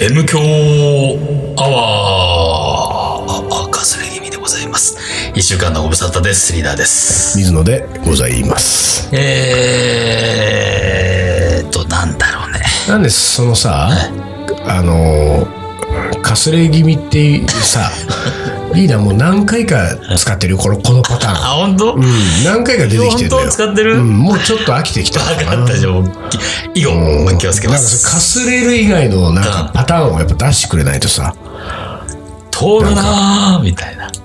M 強アワーかすれ気味でございます。1週間のご無沙汰です。リーダーです。 水野でございます。 なんだろうね。 なんでそのさ、かすれ気味ってさリーダーもう何回か使ってるよこのパターン。 本当？ 何回か出てきてるんだよ。 本当使ってる？ もうちょっと飽きてきた。 分かったじゃん。以後気をつけます。 なんかかすれる以外のなんかパターンをやっぱ出してくれないとさ、 通るなーみたいな。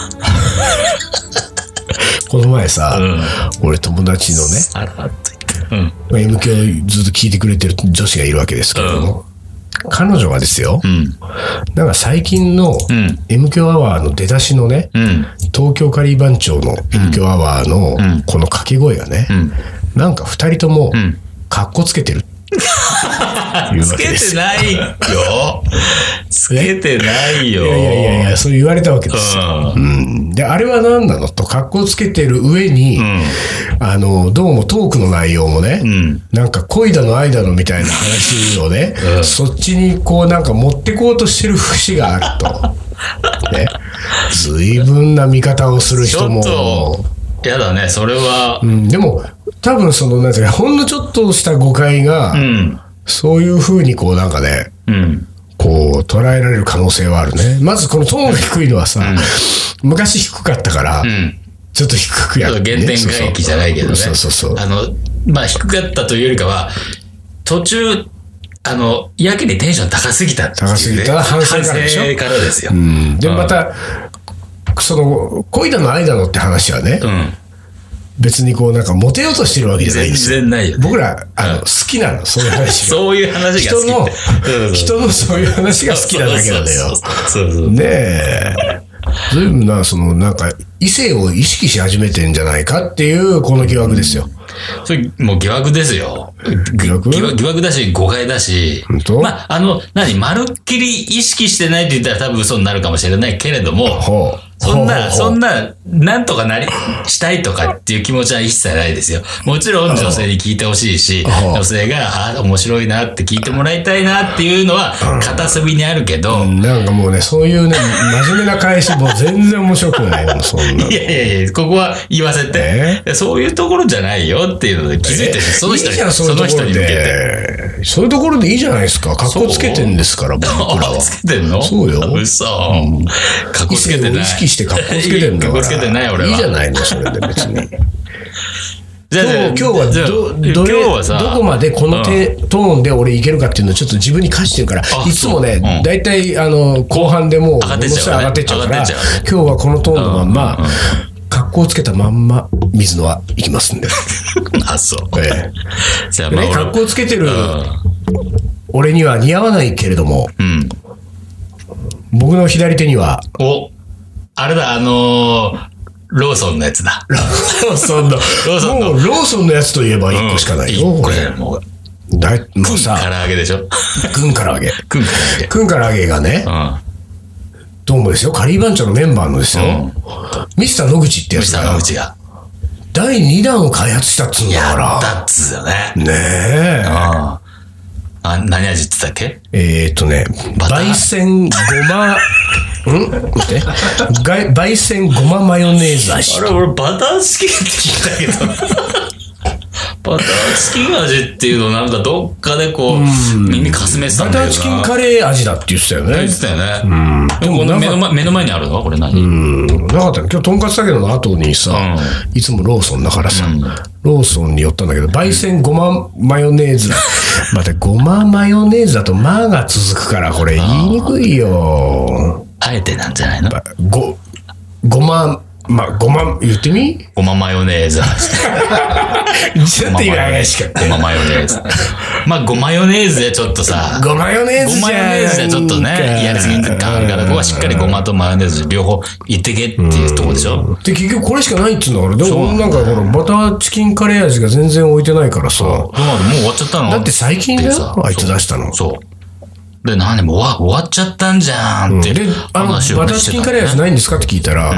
この前さ、俺友達のね、 さらっと言って、 M 響ずっと聞いてくれてる女子がいるわけですけども、彼女がですよ、なんか最近の M 響アワーの出だしのね、東京カリー番長の M 響アワーのこの掛け声がね、なんか二人ともカッコつけてるつけてないよ。つけてないよ。 いや、そう言われたわけですよ。で、あれは何なのと、格好つけてる上に、どうもトークの内容もね、なんか恋だの愛だのみたいな話をね、そっちにこうなんか持ってこうとしてる節があると。ね。随分な見方をする人も。 ちょっと、やだね、それは。 でも、多分その、なんていうか、ほんのちょっとした誤解が、そういう風にこうなんかね、こう捉えられる可能性はあるね。まずこのトーンが低いのはさ、昔低かったから、ちょっと低くやって、 ね。原点回帰じゃないけどね。 そう。 まあ低かったというよりかは、途中、やけにテンション高すぎたっていう、ね。 高すぎた反省からでしょ。 反省からですよ。 で、また、その、恋だの愛だのって話はね、別にこうなんかモテようとしてるわけじゃないんですよ。 全然ないよ、ね。 僕ら好きなの、そういう話が。 そういう話が好き。 人のそういう話が好きなだけなんだよ。ねえ。随分な、そのなんか異性を意識し始めてんじゃないかっていうこの疑惑ですよ。 それもう疑惑ですよ。疑惑だし、誤解だし。 本当？ まあ、まるっきり意識してないって言ったら多分嘘になるかもしれないけれども、そんな、なんとかしたいとかっていう気持ちは一切ないですよ。もちろん女性に聞いてほしいし、女性が、面白いなって聞いてもらいたいなっていうのは片隅にあるけど。 なんかもうね、そういうね、真面目な返しも全然面白くないの、そんな。 いや、ここは言わせて。そういうところじゃないよっていうので気づいてる。その人に向けて。 そういうところでいいじゃないですか。格好つけてんですから、僕らは。 つけてんの？ そうよ。 嘘。格好つけてない。 意識して格好つけてんだから。 格好つけてない俺は。 いいじゃないの、それで別に。 今日はどこまでこのトーンで俺いけるかっていうのをちょっと自分に課してるから、いつもね、だいたい後半でもうものすごい上がってっちゃうから、今日はこのトーンのまんま、格好つけたまんま水野は行きますんで。 そう。 じゃあ格好つけてる俺には似合わないけれども、僕の左手には、 あれだ、ローソンのやつだ。 ローソンのやつといえば1個しかないよ、これ。もうさ、唐揚げでしょ？ 軍唐揚げ。軍唐揚げがね、どうもですよ、カリー番長のメンバーのですよ、ミスター野口ってやつが、第2弾を開発したっつうんだから。 やったっつうよね。 ねえ。 何味って言ったっけ？ 焙煎ごま、待って。焙煎ごまマヨネーズ味。 あれ、俺バターチキンって聞いたけど。バターチキン味っていうのなんかどっかでこう、耳かすめてたんだよな。 バターチキンカレー味だって言ってたよね。 言ってたよね。でも目の前にあるのこれ何？ なかったね。今日とんかつだけどの後にさ、いつもローソンだからさ、ローソンに寄ったんだけど、焙煎ごまマヨネーズ。またごまマヨネーズだとまが続くからこれ言いにくいよ。 あえてなんじゃないの？ ごま言ってみ？ ごまマヨネーズ。 ちょっと今怪しかった。 ごまマヨネーズ。ごマヨネーズでちょっとさ。 ごマヨネーズでちょっとね、やりすぎ感あるから、ここはしっかりごまとマヨネーズ両方言ってけっていうところでしょ。 で、結局これしかないっていうのは、でもなんかこのバターチキンカレー味が全然置いてないからさ。もう終わっちゃったの？ だって最近だよ、あいつ出したの。 そう。で、もう終わっちゃったんじゃんって。 で、バターチキンカレー味ないんですかって聞いたら、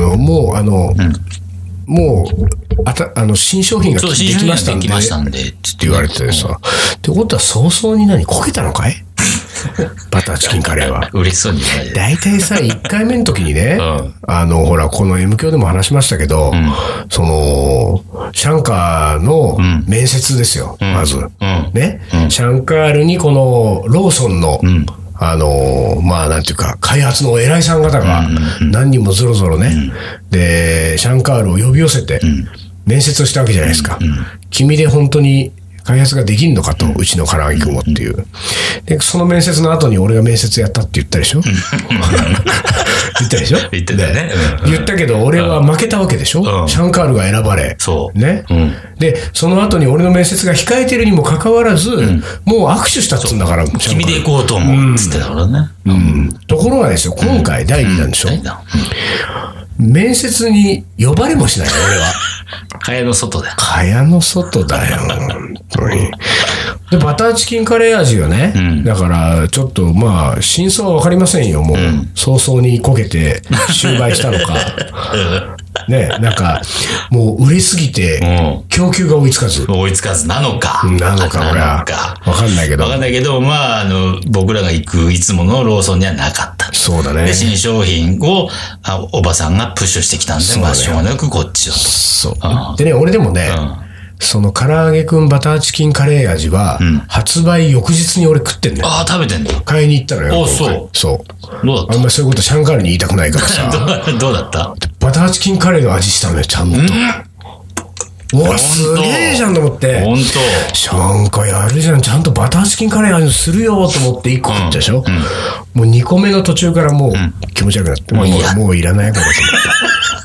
もう、新商品ができましたんで、って言われてさ。ってことは早々にこけたのかい？ バターチキンカレーは。 嬉しそうに言わないで。 大体さ、1回目の時にね、ほら、この M 響でも話しましたけど、シャンカーの面接ですよ、まず。ね。シャンカールにこのローソンの、なんていうか、開発のお偉いさん方が何人もぞろぞろね、で、シャンカールを呼び寄せて、面接をしたわけじゃないですか。君で本当に開発ができんのかと、うちの唐揚げくんをっていう。で、その面接の後に俺が面接やったって言ったでしょ言ったでしょ言ってたね。 言ったけど、俺は負けたわけでしょシャンカールが選ばれ。 そう。 ね。で、その後に俺の面接が控えてるにもかかわらず、もう握手したっつうんだから、 君で行こうと思うっつってたからね。 ところがですよ、今回第2弾でしょ面接に呼ばれもしないよ、俺は。 蚊帳の外だよ。 蚊帳の外だよ、本当に。で、バターチキンカレー味がね、だから、ちょっと真相はわかりませんよ、もう。早々にこけて、終売したのか。ね、なんか、もう売れすぎて、供給が追いつかず。 追いつかずなのか。 俺は。わかんないけど。 わかんないけど、僕らが行くいつものローソンにはなかった。 そうだね。 で、新商品を、おばさんがプッシュしてきたんで、しょうがなくこっちをと。 そう。でね、俺でもね、その唐揚げくんバターチキンカレー味は、発売翌日に俺食ってんだよ。 ああ、食べてんだ。 買いに行ったのよ。 そう。 そう。 どうだった？ あんまりそういうことシャンカールに言いたくないからさ。 どうだった？ バターチキンカレーの味したのよ、ちゃんと。うわ、すげえじゃんと思って。 ほんと。 シャンカーやるじゃん。ちゃんとバターチキンカレー味するよと思って1個食ったでしょ。もう2個目の途中からもう気持ち悪くなって。もういらないからと思った。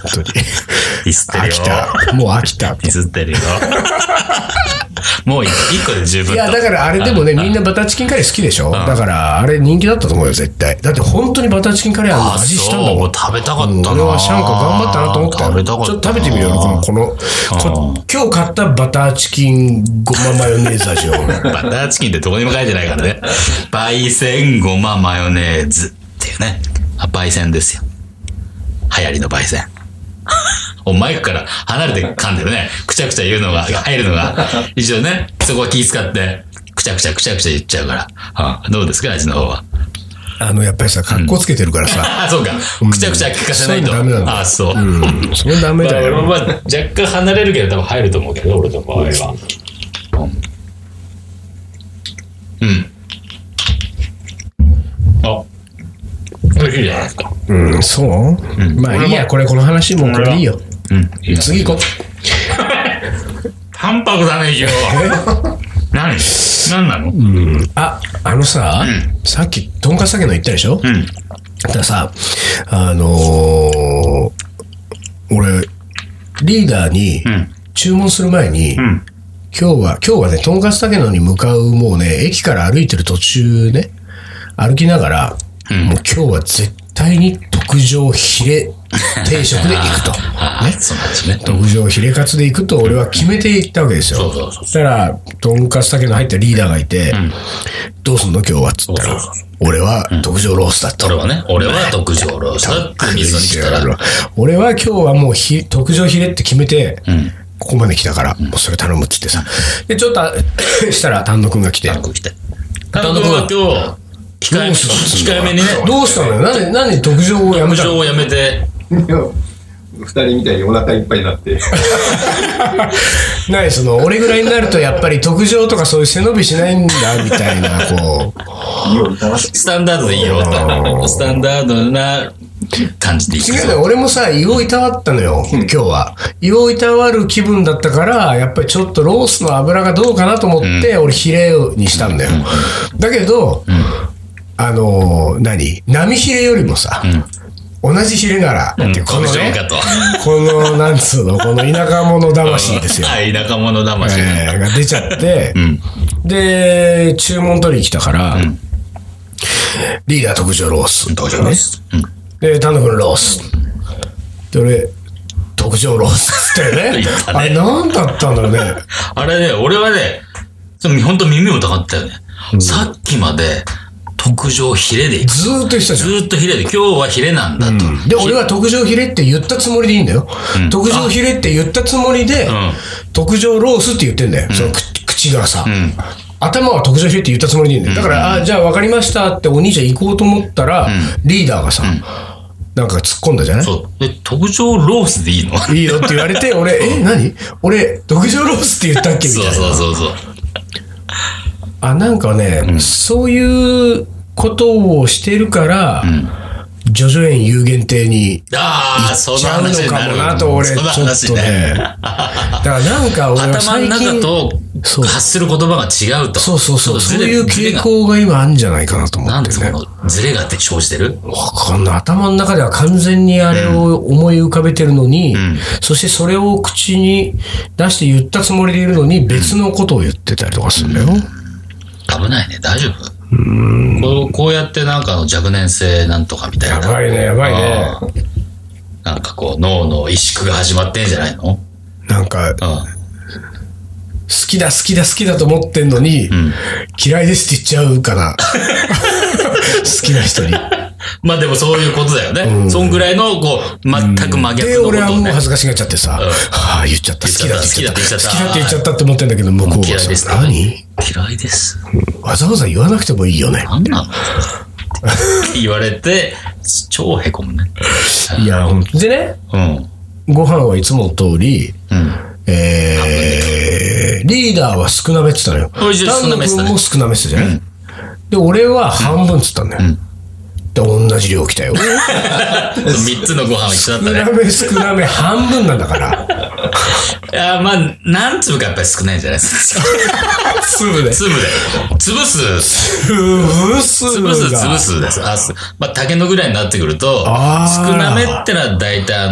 本当に。 ディスってるよ。 飽きた。もう飽きた。 ディスってるよ。もう1個で十分。 いや、だからあれでもね、みんなバターチキンカレー好きでしょ。だからあれ人気だったと思うよ、絶対。だって本当にバターチキンカレーの味したんだもん。 食べたかったな。 俺はシャンカー頑張ったなと思ったよ。 食べたかった。 ちょっと食べてみよう。今日買ったバターチキンごまマヨネーズ味を。 バターチキンってどこにも書いてないからね。焙煎ごまマヨネーズっていうね。焙煎ですよ。流行りの焙煎。マイクから離れて噛んでるね。くちゃくちゃ言うのが、入るのが、一応ね、そこは気遣って、くちゃくちゃ言っちゃうから。どうですか、味の方は。 やっぱりさ、格好つけてるからさ。 そうか。くちゃくちゃ聞かせないと。 ダメなんだ。 そう。 それダメだよ。 若干離れるけど多分入ると思うけど、俺の場合は。美味しいじゃないですか。 そう？まあいいや、この話もこれでいいよ。次行こう。 淡白だね、一応。何なの？ さっき、とんかつ酒の言ったでしょ？だからさ、俺、リーダーに注文する前に、今日はね、とんかつ竹野に向かうもうね、駅から歩いてる途中ね、歩きながら、もう今日は絶対に特上ヒレ定食で行くと。 ね。そうなんですね。 特上ヒレカツで行くと俺は決めて行ったわけですよ。 そう。 そしたら、とんかつ竹の入ったリーダーがいて、どうすんの今日はっつったら、俺は特上ロースだと。 俺は特上ロースだって水野に来たら。 俺は今日はもう特上ヒレって決めて、ここまで来たから、もうそれ頼むっつってさ。で、ちょっとしたら丹野くんが来て。 丹野くんは今日、控えめにね。 どうしたのよ。なんで特上をやめたの？ 特上をやめて。 二人みたいにお腹いっぱいになって。 俺ぐらいになるとやっぱり特上とかそういう背伸びしないんだみたいな、 スタンダードでいいよ。スタンダードな感じでいい。 違うね、俺もさ、胃をいたわったのよ、今日は。胃をいたわる気分だったから、やっぱりちょっとロースの脂がどうかなと思って、俺ヒレにしたんだよ。だけど、波ヒレよりもさ、同じヒレなら、このなんつうの、この田舎者魂ですよ。 田舎者魂が出ちゃって、で、注文取りに来たから、リーダー特上ロース。で、丹野くんロース。で、俺、特上ロースってね。あれ、なんだったんだろうね。 あれね、俺はね、ほんと耳を疑ったよね。さっきまで、特上ヒレでずーっと言ってたじゃん。 ずーっとヒレで、今日はヒレなんだと。 で、俺は特上ヒレって言ったつもりでいいんだよ。特上ヒレって言ったつもりで、特上ロースって言ってんだよ。その口がさ。 頭は特上してって言ったつもりでいいんだよ。だから、じゃあ分かりましたってお兄ちゃん行こうと思ったら、リーダーがさ、なんか突っ込んだじゃない？ そう。特上ロースでいいの？ いいよって言われて、俺、何？俺、特上ロースって言ったっけみたいな。 そう。 なんかね、そういうことをしてるから、叙々苑有限定に行っちゃうのかもなと、俺、ちょっとね。だからなんか俺は頭の中と発する言葉が違うと。 そういう傾向が今あるんじゃないかなと思ってね。 なんでそのズレが生じてる？ わかんない。頭の中では完全にあれを思い浮かべてるのに、そしてそれを口に出して言ったつもりでいるのに別のことを言ってたりとかするんだよ。 危ないね。大丈夫？こうやってなんか若年性なんとかみたいな。 やばいね。 なんかこう脳の萎縮が始まってんじゃないの？ なんか、好きだと思ってんのに、嫌いですって言っちゃうかな。好きな人に。 まあでもそういうことだよね。そんぐらいの、こう、全く真逆のことをね。で、 俺はもう恥ずかしがっちゃってさ、言っちゃった。好きだって言っちゃったって思ってんだけど、向こうがさ、何？ 嫌いです。 わざわざ言わなくてもいいよね。 なんなのって言われて、超へこむね。 いや、ほんと。でね、ご飯はいつもの通り、リーダーは少なめって言ったのよ。丹野君も少なめって言ったじゃない？で、俺は半分って言ったんだよ。で、同じ量来たよ。 3つのご飯一緒だったね。 少なめ、半分なんだから。 いや、まあ、何粒かやっぱり少ないんじゃないですか。 粒で。 潰すです。まあ、竹のぐらいになってくると、少なめってのは大体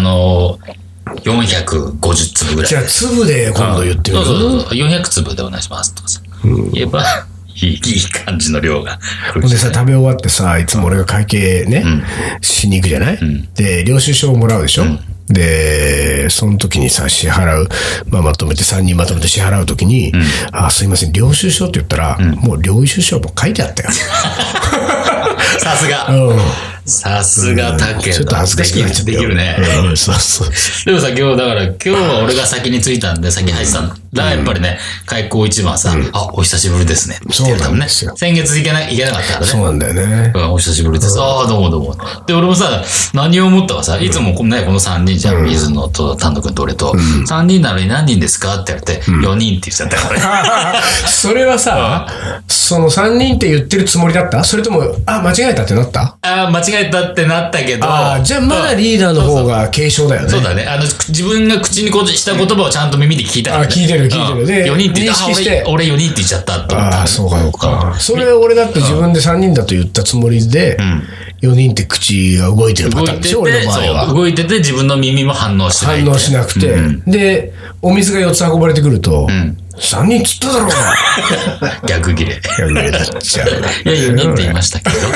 450粒ぐらい。 じゃあ、粒で今度言ってみる。 400粒でお願いしますとかさ。言えば、いい感じの量が。 ほんでさ、食べ終わってさ、いつも俺が会計ね、しに行くじゃない？で、領収書をもらうでしょ？で、その時にさ、支払う、3人まとめて支払う時に、すいません、領収書って言ったら、もう領収書も書いてあったよ。 さすが。さすがだけど。 ちょっと恥ずかしくなっちゃったよ。 できるね。 そう。 でもさ、今日は俺が先に着いたんで、先入ってたんだ。やっぱりね、開口一番さ、お久しぶりですね。 そうなんですよ。 先月行けなかったからね。 そうなんだよね。 お久しぶりです。どうも。で、俺もさ、何を思ったかさ、いつもね、この3人じゃん。水野と丹野くんと俺と、3人なのに何人ですかって言われて、4人って言っちゃったからね。 それはさ、その3人って言ってるつもりだった？それとも、間違えたってなった？ 間違えたってなったけど。 じゃあまだリーダーの方が軽症だよね。 そうだね。自分が口にした言葉をちゃんと耳で聞いたからね。 聞いてる。 で、4人って言った。俺4人って言っちゃったと思った。 そうか。それ俺だって自分で3人だと言ったつもりで、4人って口が動いてるパターンでしょ、俺の場合は。 動いてて自分の耳も反応してない。 反応しなくて。で、お水が4つ運ばれてくると、3人つっただろうな。 逆切れ。 逆切れになっちゃう。 いや、4人って言いましたけど。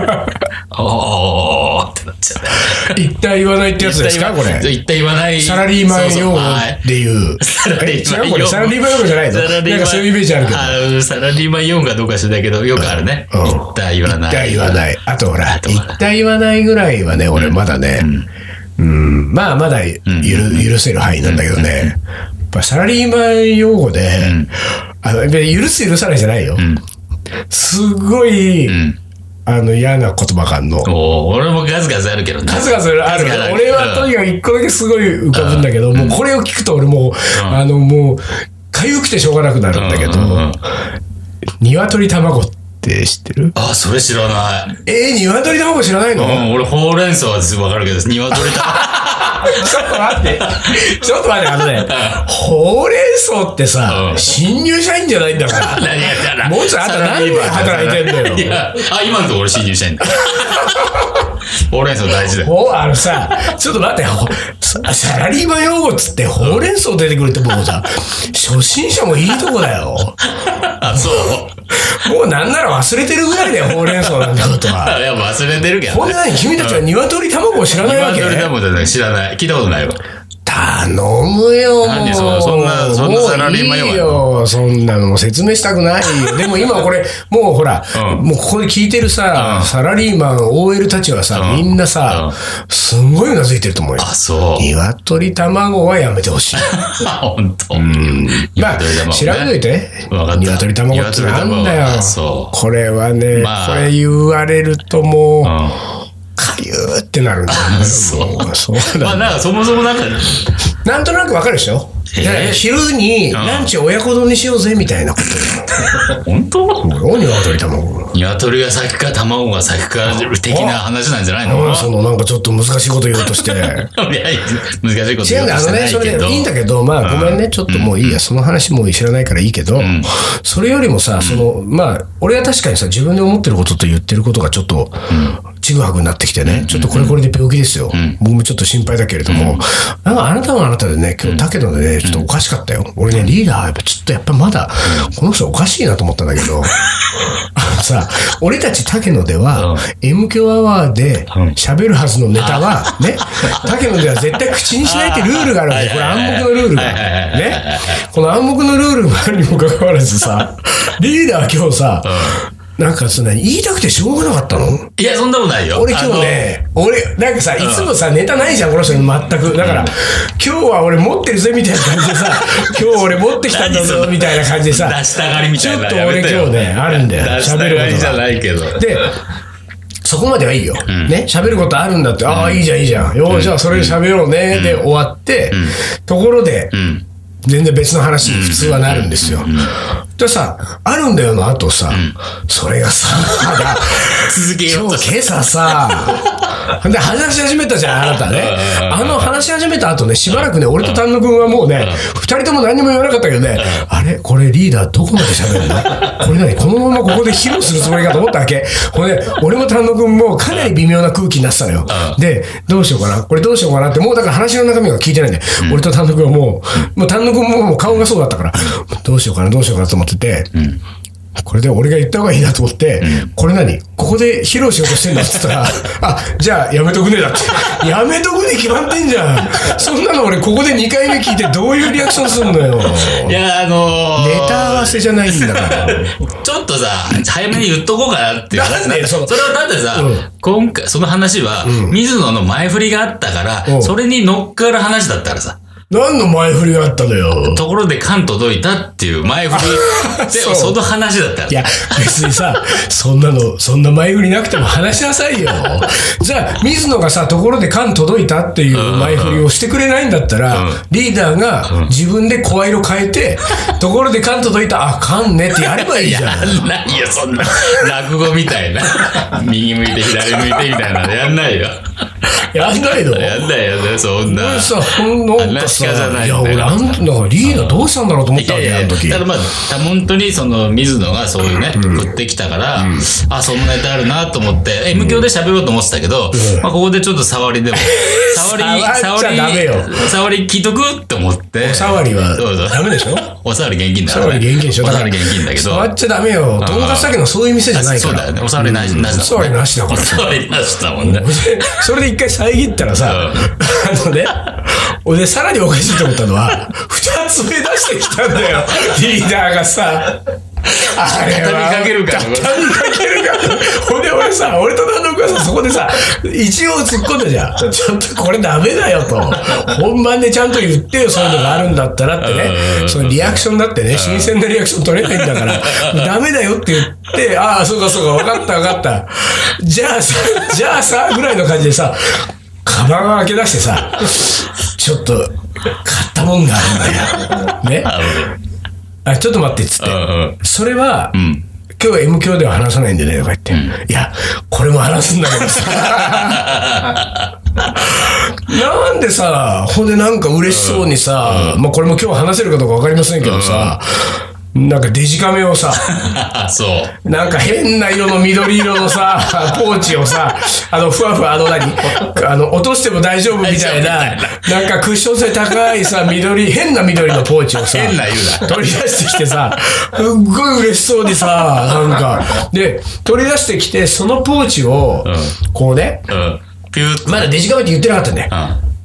おーってなっちゃうね。 一体言わないってやつですかこれ。 一体言わない。 サラリーマン用語で言う。サラリーマン用語じゃないの？なんかそういうイメージあるけど。 サラリーマン用語かどうか知らないけど、よくあるね。一体言わない。 一体言わない。あとほら、一体言わないぐらいはね、俺まだね、まだ許せる範囲なんだけどね。サラリーマン用語で、許す許さないじゃないよ。すごい、嫌な言葉があるの。 俺もガズガズあるけどね。 数々あるけど、俺はとにかく一個だけすごい浮かぶんだけど、もうこれを聞くと俺もう、もう、かゆくてしょうがなくなるんだけど、鶏卵って知ってる？ それ知らない。 鶏卵知らないの？ 俺ほうれん草はわかるけど、鶏卵。 ちょっと待って、ほうれん草ってさ、新入社員じゃないんだから。 何やったら。 もうちょいあと何年働いてんだよ。 今のところ俺新入社員だ。ほうれん草大事だよ。ちょっと待って、サラリーマン用語っつってほうれん草出てくるってもうさ、初心者もいいとこだよ。 そう。 もうなんなら忘れてるぐらいだよ、ほうれん草なんてことは。 いや、忘れてるけど。 君たちは鶏卵を知らないわけ？ 鶏卵じゃない、知らない。聞いたことないわ。 頼むよ、もう。 そんなサラリーマンいいよ。そんなの説明したくないよ。でも今これ、もうほら、もうここで聞いてるさ、サラリーマン OL たちはさ、みんなさ、すんごいうなずいてると思うよ。 あ、そう。 鶏卵はやめてほしい。 本当。 まあ、調べといて。鶏卵ってなんだよ。これはね、これ言われるともう、かゆーってなるんだよね。 そうまあなんかそもそもなんとなくわかるでしょ。昼にランチ親子丼にしようぜみたいなこと。 本当？ 鶏卵。 鶏が先か卵が先か的な話なんじゃないの？ なんかちょっと難しいこと言おうとして。いや、難しいこと言おうとしてないけど。 それでいいんだけど、まあごめんね、ちょっともういいや、その話もう知らないからいいけど、それよりもさ、まあ、俺は確かにさ、自分で思ってることと言ってることがちょっと、ちぐはぐになってきてね、ちょっとこれで病気ですよ。僕もちょっと心配だけれども、なんかあなたはあなたでね、今日だけどね、ちょっとおかしかったよ。俺ね、リーダー、ちょっとまだ、この人おかしいなと思ったんだけど、さ、俺たち竹野では、M 響アワーで喋るはずのネタは、ね、竹野では絶対口にしないってルールがあるわけ。これ暗黙のルールが。ね。この暗黙のルールがあるにもかかわらずさ、リーダー今日さ、なんか言いたくてしょうがなかったの？ いや、そんなことないよ。 俺今日ね、なんかさ、いつもさ、ネタないじゃん、この人に全く。だから、今日は俺持ってるぜみたいな感じでさ、今日俺持ってきたんだぞみたいな感じでさ、 出したがりみたいな。 ちょっと俺今日ね、あるんだよ。 出したがりじゃないけど。 で、そこまではいいよ。ね、喋ることあるんだって、ああ、いいじゃん、いいじゃん。よじゃあそれで喋ろうね、で終わって、ところで、全然別の話に普通はなるんですよ。でさ、あるんだよの後さ、それがさ、 続けようと今朝さ、で話し始めたじゃん、あなたね。話し始めた後ね、しばらくね、俺と丹野くんはもうね、二人とも何にも言わなかったけどね、あれこれリーダーどこまで喋るの？これ何このままここで披露するつもりかと思ったわけ。これね、俺も丹野くんもかなり微妙な空気になってたのよ。で、どうしようかな、これどうしようかなって、もうだから話の中身が聞いてないんで、俺と丹野くんはもう丹野くんももう顔がそうだったから、どうしようかなと思ってて、これで俺が言った方がいいなと思って、これここで披露しようとしてんだって言ったら、じゃあやめとくねだって。やめとくね決まってんじゃん。そんなの俺ここで2回目聞いてどういうリアクションすんのよ。 いや、 ネタ合わせじゃないんだから。 ちょっとさ、早めに言っとこうかなっていう話。それはだってさ、今回、その話は、水野の前振りがあったから、それに乗っかる話だったからさ。 何の前振りがあったのよ。 ところで缶届いたっていう前振りで、その話だったら。 いや、別にさ、そんな前振りなくても話しなさいよ。じゃあ、水野がさ、ところで缶届いたっていう前振りをしてくれないんだったら、リーダーが自分で声色変えて、ところで缶届いた、缶ねってやればいいじゃん。 やんないよ、そんな。落語みたいな。右向いて左向いてみたいなのやんないよ。 やんないの？ やんないよね、そんな。 話家じゃないんだよ。いや、俺、だからリーダーどうしたんだろうと思ったわけ、あの時。 だからまあ、本当に水野がそういうね、振ってきたから、そんなネタあるなと思って、M 響で喋ろうと思ってたけど、まあ、ここでちょっと触りでも、触り聞いとくって思って。 お触りはダメでしょ？ お触り現金だから。お触り現金でしょ？ お触り現金だけど。 触っちゃダメよ。とんかつだけどそういう店じゃないから。 そうだよね。お触りなしだ。お触りなしだから。 お触りなしだもんね。 それで一回遮ったらさ、俺さらにおかしいと思ったのは、二つ目出してきたんだよ、リーダーがさ。 あれは畳みかけるから。 ほんで俺と丹野くんはさ、そこでさ、一応突っ込んだじゃん。ちょっとこれダメだよと。本番でちゃんと言ってよ、そういうのがあるんだったらってね。そのリアクションだってね、新鮮なリアクション取れないんだから、ダメだよって言って、そうか、分かった。じゃあさ、ぐらいの感じでさ、カバンを開け出してさ、ちょっと、買ったもんがあるんだよ。ね。ちょっと待ってっつって。それは、今日 M 響では話さないんでね、とか言って。いや、これも話すんだけどさ。なんでさ、ほんでなんか嬉しそうにさ、まあこれも今日話せるかどうかわかりませんけどさ、なんかデジカメをさ、 そう。 なんか変な色の緑色のさ、ポーチをさ、ふわふわ、落としても大丈夫みたいな、なんかクッション性高いさ、変な緑のポーチをさ、取り出してきてさ、すっごい嬉しそうにさ、なんか、で、取り出してきて、そのポーチを、こうね、まだデジカメって言ってなかったんだよ。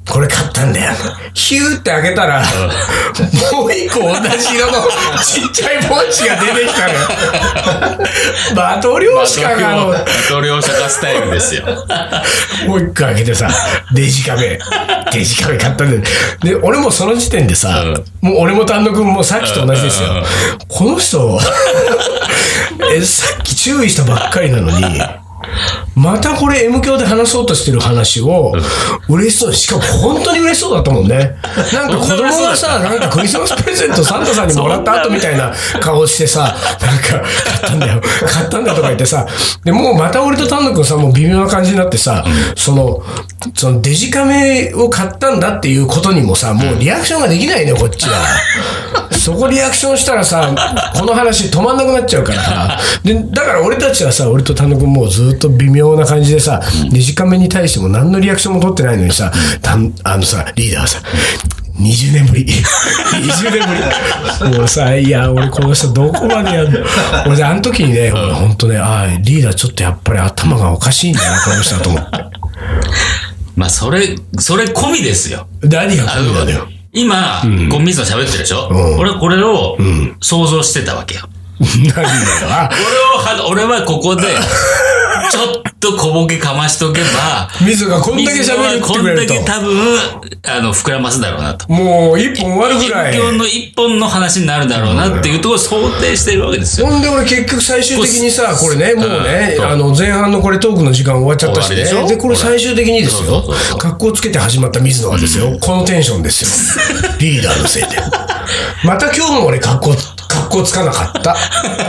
これ買ったんだよ。ヒューって開けたら、もう一個同じ色のちっちゃいポンチが出てきたのよ。バト漁師かがバト漁師かスタイルですよ。 もう一個開けてさ、デジカメ買ったんだよ。で、俺もその時点でさ、もう俺も丹野くんもさっきと同じですよ。この人、さっき注意したばっかりなのに、またこれ M 響で話そうとしてる話を嬉しそうに、しかも本当に嬉しそうだったもんね。なんか子供がさ、なんかクリスマスプレゼントサンタさんにもらった後みたいな顔してさ、なんか買ったんだよとか言ってさ、でもうまた俺と丹野くんさ、もう微妙な感じになってさ、そのデジカメを買ったんだっていうことにもさ、もうリアクションができないのよこっちは。そこリアクションしたらさ、この話止まんなくなっちゃうからさ。で、だから俺たちはさ、俺と丹野くんもうずっと微妙な感じでさ、デジカメに対しても何のリアクションも取ってないのにさ、リーダーはさ、20年ぶり。20年ぶり。もうさ、いや、俺この人どこまでやるの。俺あの時にね、俺ほんとね、リーダーちょっとやっぱり頭がおかしいんだよな、この人だと思って。 まあ、それ込みですよ。 何が込みなのよ。 今、ゴミ水野喋ってるでしょ、俺これを想像してたわけよ。 何だよ。 俺はここで、ちょっと小ボケかましとけば、 水野がこんだけ喋るってくれると。 こんだけ多分、膨らますだろうなと。 もう一本終わるぐらい。 今日の一本の話になるだろうなっていうところを想定してるわけですよ。 ほんで俺結局最終的にさ、これね、もうね、前半のこれトークの時間終わっちゃったしね。で、これ最終的にですよ。格好つけて始まった水野がですよ。このテンションですよ。リーダーのせいで。また今日も俺格好つかなかった。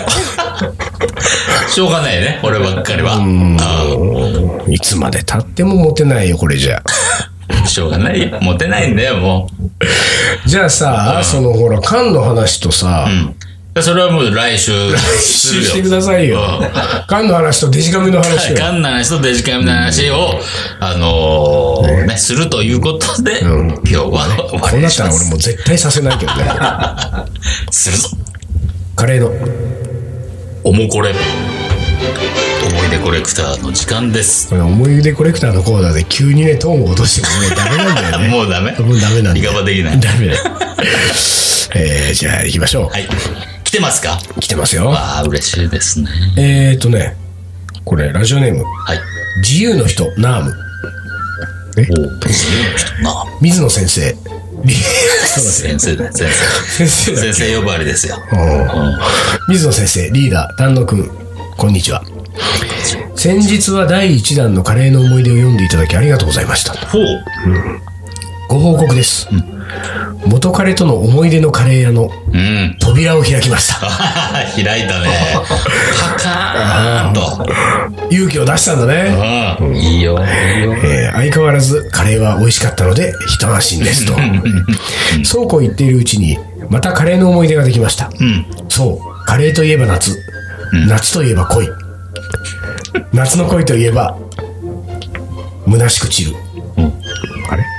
しょうがないね、俺ばっかりは。 いつまで経ってもモテないよ、これじゃ。 しょうがないよ。モテないんだよ、もう。じゃあさ、ほら、缶の話とさ、 それはもう来週してくださいよ。缶の話とデジカメの話を。 缶の話とデジカメの話を、するということで、今日はこうなったら俺もう絶対させないけどね。 するぞ。 カレーのおもこれ。思い出コレクターの時間です。 これ思い出コレクターのコーナーで急にね、トーンを落としてもね、ダメなんだよね。 もうダメ？ もうダメなんだよ。 リカバできない。 ダメだよ。じゃあ行きましょう。 はい。来てますか？ 来てますよ。 嬉しいですね。 これ、ラジオネーム。 はい。 自由の人、ナーム。 自由の人、ナーム。 水野先生。 先生呼ばわりですよ。 水野先生、リーダー、丹野くん、こんにちは。先日は第1弾のカレーの思い出を読んでいただきありがとうございました。ご報告です。元彼との思い出のカレー屋の扉を開きました。 開いたね。パカーンと。 勇気を出したんだね。 いいよ。 相変わらずカレーは美味しかったので一安心ですと。そうこう言っているうちにまたカレーの思い出ができました。そう、カレーといえば夏。夏といえば恋。夏の恋といえば虚しく散る。あれ？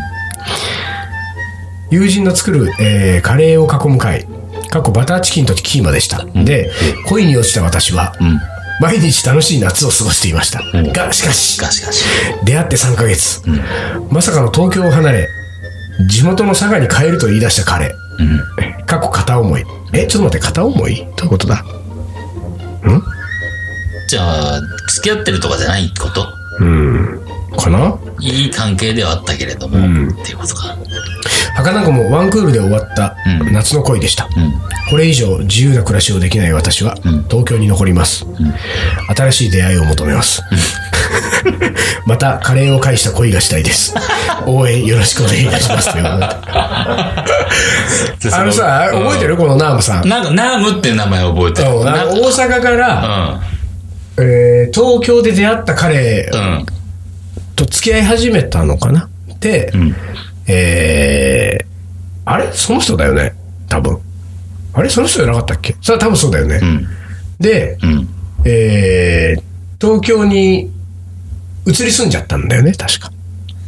友人の作る、カレーを囲む会、バターチキンとキーマでした。で、恋に落ちた私は、毎日楽しい夏を過ごしていました。が、しかし、出会って3ヶ月、まさかの東京を離れ、地元の佐賀に帰ると言い出した彼、片思い。ちょっと待って、片思い？どういうことだ？ じゃあ、付き合ってるとかじゃないこと？ かな？ いい関係ではあったけれども、っていうことか。 儚くもワンクールで終わった夏の恋でした。これ以上自由な暮らしをできない私は東京に残ります。新しい出会いを求めます。またカレーを介した恋がしたいです。応援よろしくお願いいたします。覚えてる？このナームさん。 ナームっていう名前を覚えてる。 大阪から、東京で出会った彼と付き合い始めたのかな。で、あれその人だよね多分。あれその人じゃなかったっけ？それは多分そうだよね。で、東京に移り住んじゃったんだよね確か。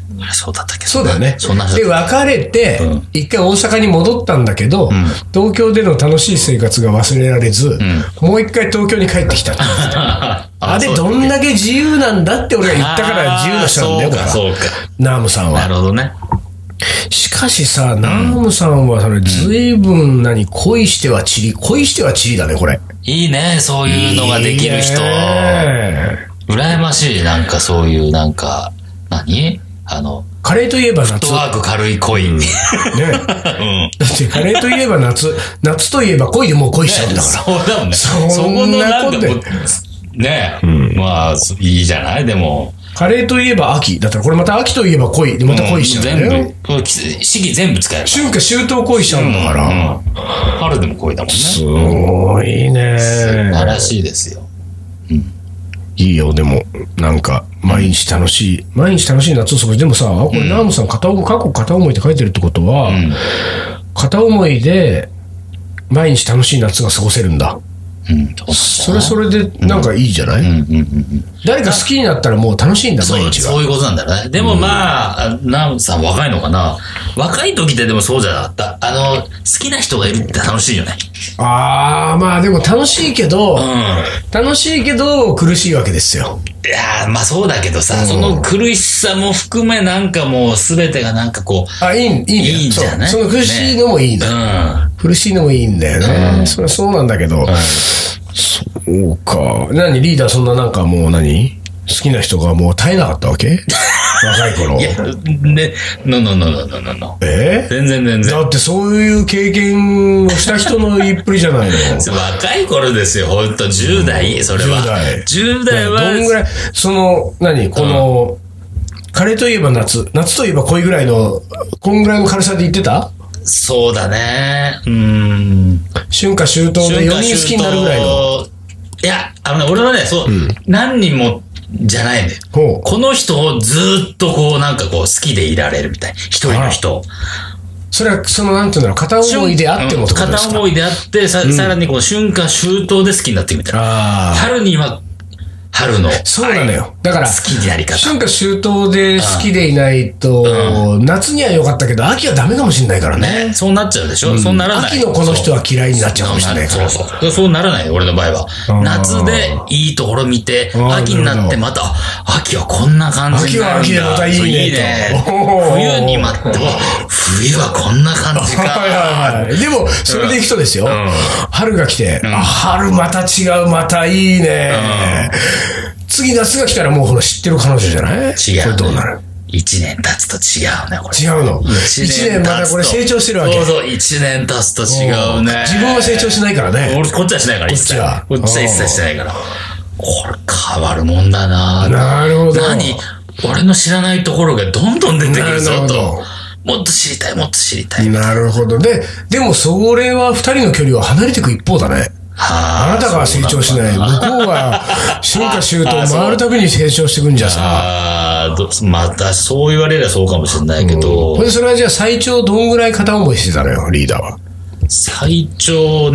あれそうだったっけ？ そうだよね。 そんなで、別れて、一回大阪に戻ったんだけど、東京での楽しい生活が忘れられず、もう一回東京に帰ってきた。あれ、どんだけ自由なんだって俺が言ったから自由な人なんだよ、だから。 そうか。 ナームさんは。 なるほどね。 しかしさ、ナームさんはそれ、ずいぶん恋してはチリだね、これ。 いいね、そういうのができる人。羨ましい、なんかそういう、なんか、 カレーといえば夏。 フットワーク軽い恋。ね。 だってカレーといえば夏といえば恋でもう恋しちゃうんだから。 そうだもんね。そこのなんかね、まあ、いいじゃないでも。 カレーといえば秋。だったらこれまた秋といえば恋でまた恋しちゃうんだよ。 四季全部使える。 春夏秋冬恋しちゃうんだから。 春でも恋だもんね。 すごいね。 素晴らしいですよ。 いいよ、でも、なんか、毎日楽しい夏を過ごし、でもさ、これ、ナームさん、過去片思いって書いてるってことは、片思いで、毎日楽しい夏が過ごせるんだ。それで、なんかいいじゃない？誰か好きになったらもう楽しいんだ、毎日が。 そういうことなんだろうね。でもまあ、ナームさん若いのかな？若い時ってでもそうじゃなかった。好きな人がいるって楽しいよね。 まあでも楽しいけど、苦しいわけですよ。 いやまあそうだけどさ、その苦しさも含めなんかもう全てがなんかこう。 いいんじゃない？その苦しいのもいいの。苦しいのもいいんだよね。それはそうなんだけど。そうか。リーダーそんななんかもう好きな人がもう絶えなかったわけ？若い頃。 いや、ね、の。全然。 だってそういう経験をした人の言いっぷりじゃないの。 若い頃ですよ、ほんと。10代、それは。10代は。 どんぐらい、この、カレーといえば夏といえば恋ぐらいの、こんぐらいの軽さで言ってた？ そうだね。 春夏秋冬で4人好きになるぐらいの。 いや、俺はね、何人もじゃないね。この人をずっと好きでいられるみたい。一人の人。 それは、なんていうんだろう、片思いであってもってことですか？ 片思いであって、さらに春夏秋冬で好きになっていくみたいな。春には、春の。 そうなのよ。だから、 好きになり方。 春夏秋冬で好きでいないと、夏には良かったけど、秋はダメかもしれないからね。 そうなっちゃうでしょ？そうならない。 秋のこの人は嫌いになっちゃうかもしれないから。 そうならないよ、俺の場合は。夏でいいところ見て、秋になってまた、秋はこんな感じになるんだ。 秋は秋でまたいいね。 冬に待って、冬はこんな感じか。 でも、それでいくとですよ。春が来て、春また違う、またいいね。次夏が来たらもう知ってる彼女じゃない？ 違う。 これどうなる ？1年経つと違うね、これ。 違うの。1年まだこれ成長してるわけ。 そう、1年経つと違うね。 自分は成長しないからね。 俺、こっちはしないから、一切。こっちは一切してないから。これ変わるもんだな。 なるほど。 俺の知らないところがどんどん出てくるぞと。もっと知りたい。 なるほど。でもそれは2人の距離は離れていく一方だね。あなたが成長しない。向こうが春夏秋冬回るたびに成長していくんじゃさ。 またそう言われればそうかもしれないけど。 それはじゃあ最長どんぐらい片思いしてたのよ、リーダーは。 最長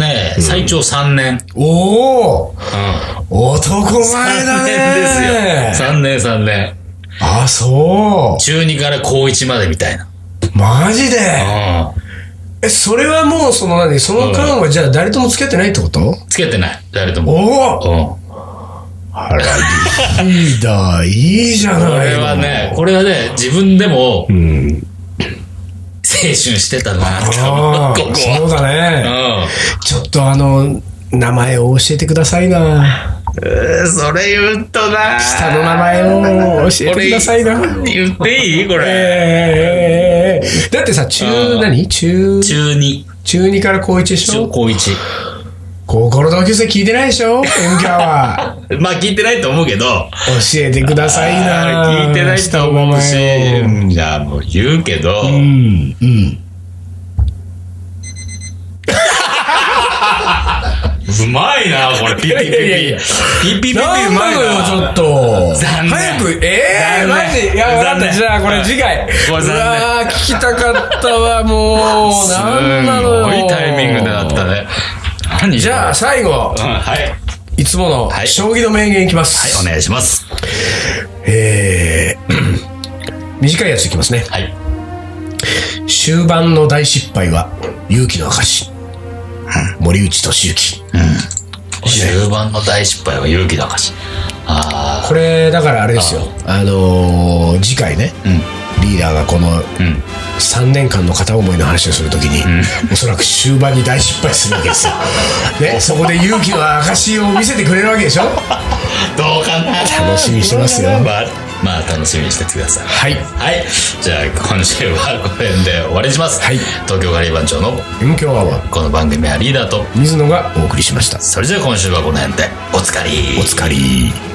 3年。 おお、男前だね。 3年ですよ。3年。 あ、そう。 中2から高1までみたいな。 マジで？それはもうその間はじゃあ誰とも付き合ってないってこと？ 付き合ってない。誰とも。 あら、リーダー、いいじゃないの。 これはね、自分でも、青春してたな、ここは。 そうだね。ちょっと名前を教えてくださいな。 それ言うとな。 下の名前を教えてくださいな。 言っていいこれ。 だってさ、中2。中2から高1でしょ？ 高1。 高校の同級生聞いてないでしょ？ M キャは。 まあ聞いてないと思うけど。 教えてくださいな。 聞いてないと思うし。じゃあもう言うけど。うまいな、これ。ピピピピ。ピピピピうまいな。 ちょっと。 残念。 早く、マジ？いや、分かった。じゃあこれ次回。うわー、聞きたかったわ、もう。なんなのよ。 すごいタイミングであったね。 じゃあ最後。 はい。 いつもの将棋の名言いきます。 はい、お願いします。 短いやついきますね。 はい。 終盤の大失敗は勇気の証。森内俊之。 終盤の大失敗は勇気の証。 これだからあれですよ。次回ね、リーダーがこの3年間の片思いの話をするときに、おそらく終盤に大失敗するわけですよ。ね、そこで勇気の証を見せてくれるわけでしょ。 どうかな。 楽しみにしてますよ。 まあ楽しみにしててください。 はい。 はい。じゃあ今週はこの辺で終わりにします。はい。東京カリー番長の M 強アワー。 この番組はリーダーと水野がお送りしました。 それじゃあ今週はこの辺でおつかり。 おつかり。